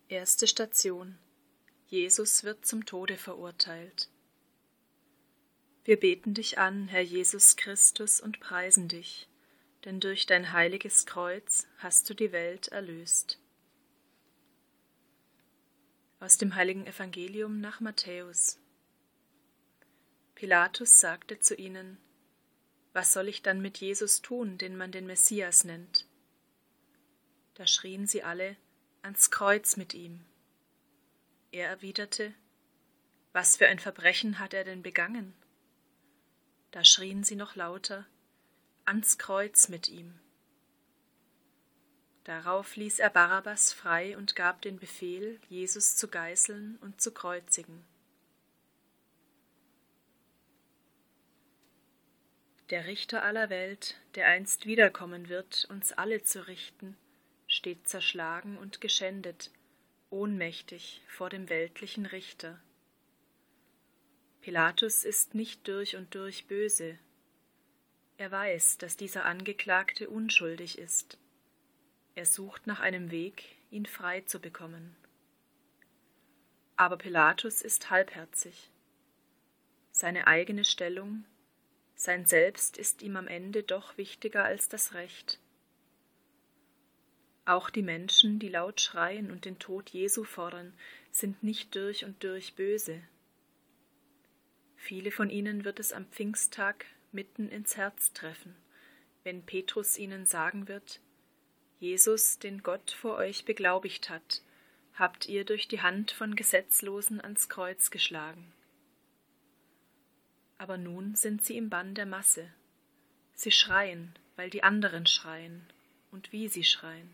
Erste Station. Jesus wird zum Tode verurteilt. Wir beten dich an, Herr Jesus Christus, und preisen dich, denn durch dein heiliges Kreuz hast du die Welt erlöst. Aus dem heiligen Evangelium nach Matthäus. Pilatus sagte zu ihnen: Was soll ich dann mit Jesus tun, den man den Messias nennt? Da schrien sie alle: Ans Kreuz mit ihm. Er erwiderte: Was für ein Verbrechen hat er denn begangen? Da schrien sie noch lauter: Ans Kreuz mit ihm. Darauf ließ er Barabbas frei und gab den Befehl, Jesus zu geißeln und zu kreuzigen. Der Richter aller Welt, der einst wiederkommen wird, uns alle zu richten, steht zerschlagen und geschändet, ohnmächtig vor dem weltlichen Richter. Pilatus ist nicht durch und durch böse. Er weiß, dass dieser Angeklagte unschuldig ist. Er sucht nach einem Weg, ihn frei zu bekommen. Aber Pilatus ist halbherzig. Seine eigene Stellung, sein Selbst ist ihm am Ende doch wichtiger als das Recht. Auch die Menschen, die laut schreien und den Tod Jesu fordern, sind nicht durch und durch böse. Viele von ihnen wird es am Pfingsttag mitten ins Herz treffen, wenn Petrus ihnen sagen wird: Jesus, den Gott vor euch beglaubigt hat, habt ihr durch die Hand von Gesetzlosen ans Kreuz geschlagen. Aber nun sind sie im Bann der Masse. Sie schreien, weil die anderen schreien und wie sie schreien.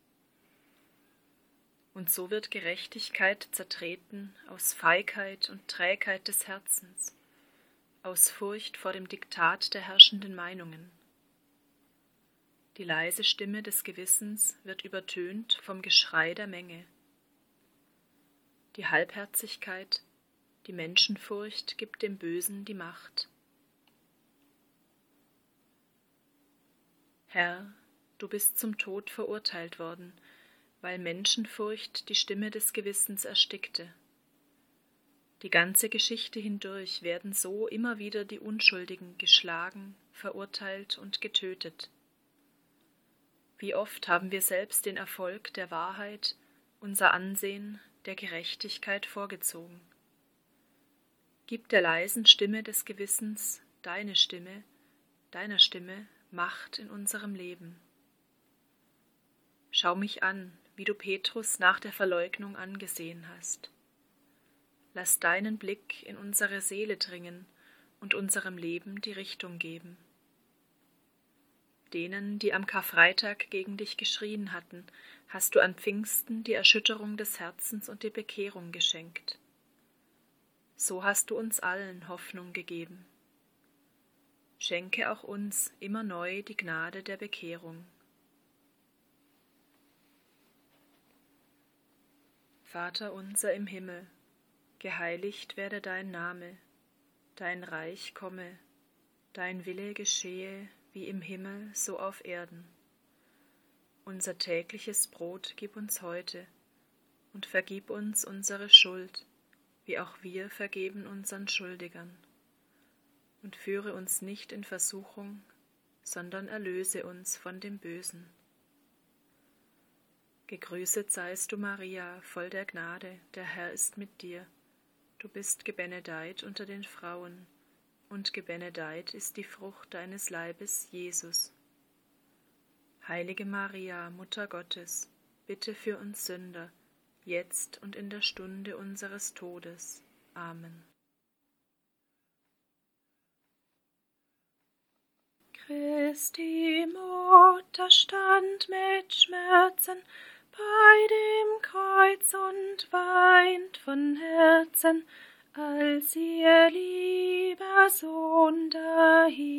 Und so wird Gerechtigkeit zertreten aus Feigheit und Trägheit des Herzens, aus Furcht vor dem Diktat der herrschenden Meinungen. Die leise Stimme des Gewissens wird übertönt vom Geschrei der Menge. Die Halbherzigkeit, die Menschenfurcht gibt dem Bösen die Macht. Herr, du bist zum Tod verurteilt worden, weil Menschenfurcht die Stimme des Gewissens erstickte. Die ganze Geschichte hindurch werden so immer wieder die Unschuldigen geschlagen, verurteilt und getötet. Wie oft haben wir selbst den Erfolg der Wahrheit, unser Ansehen der Gerechtigkeit vorgezogen. Gib der leisen Stimme des Gewissens, deiner Stimme, Macht in unserem Leben. Schau mich an, wie du Petrus nach der Verleugnung angesehen hast. Lass deinen Blick in unsere Seele dringen und unserem Leben die Richtung geben. Denen, die am Karfreitag gegen dich geschrien hatten, hast du an Pfingsten die Erschütterung des Herzens und die Bekehrung geschenkt. So hast du uns allen Hoffnung gegeben. Schenke auch uns immer neu die Gnade der Bekehrung. Vater unser im Himmel, geheiligt werde dein Name, dein Reich komme, dein Wille geschehe, wie im Himmel, so auf Erden. Unser tägliches Brot gib uns heute und vergib uns unsere Schuld, wie auch wir vergeben unseren Schuldigern. Und führe uns nicht in Versuchung, sondern erlöse uns von dem Bösen. Gegrüßet seist du, Maria, voll der Gnade, der Herr ist mit dir. Du bist gebenedeit unter den Frauen, und gebenedeit ist die Frucht deines Leibes, Jesus. Heilige Maria, Mutter Gottes, bitte für uns Sünder, jetzt und in der Stunde unseres Todes. Amen. Christi Mutter stand mit Schmerzen bei dem Kreuz und weint von Herzen, als ihr lieber Sohn dahin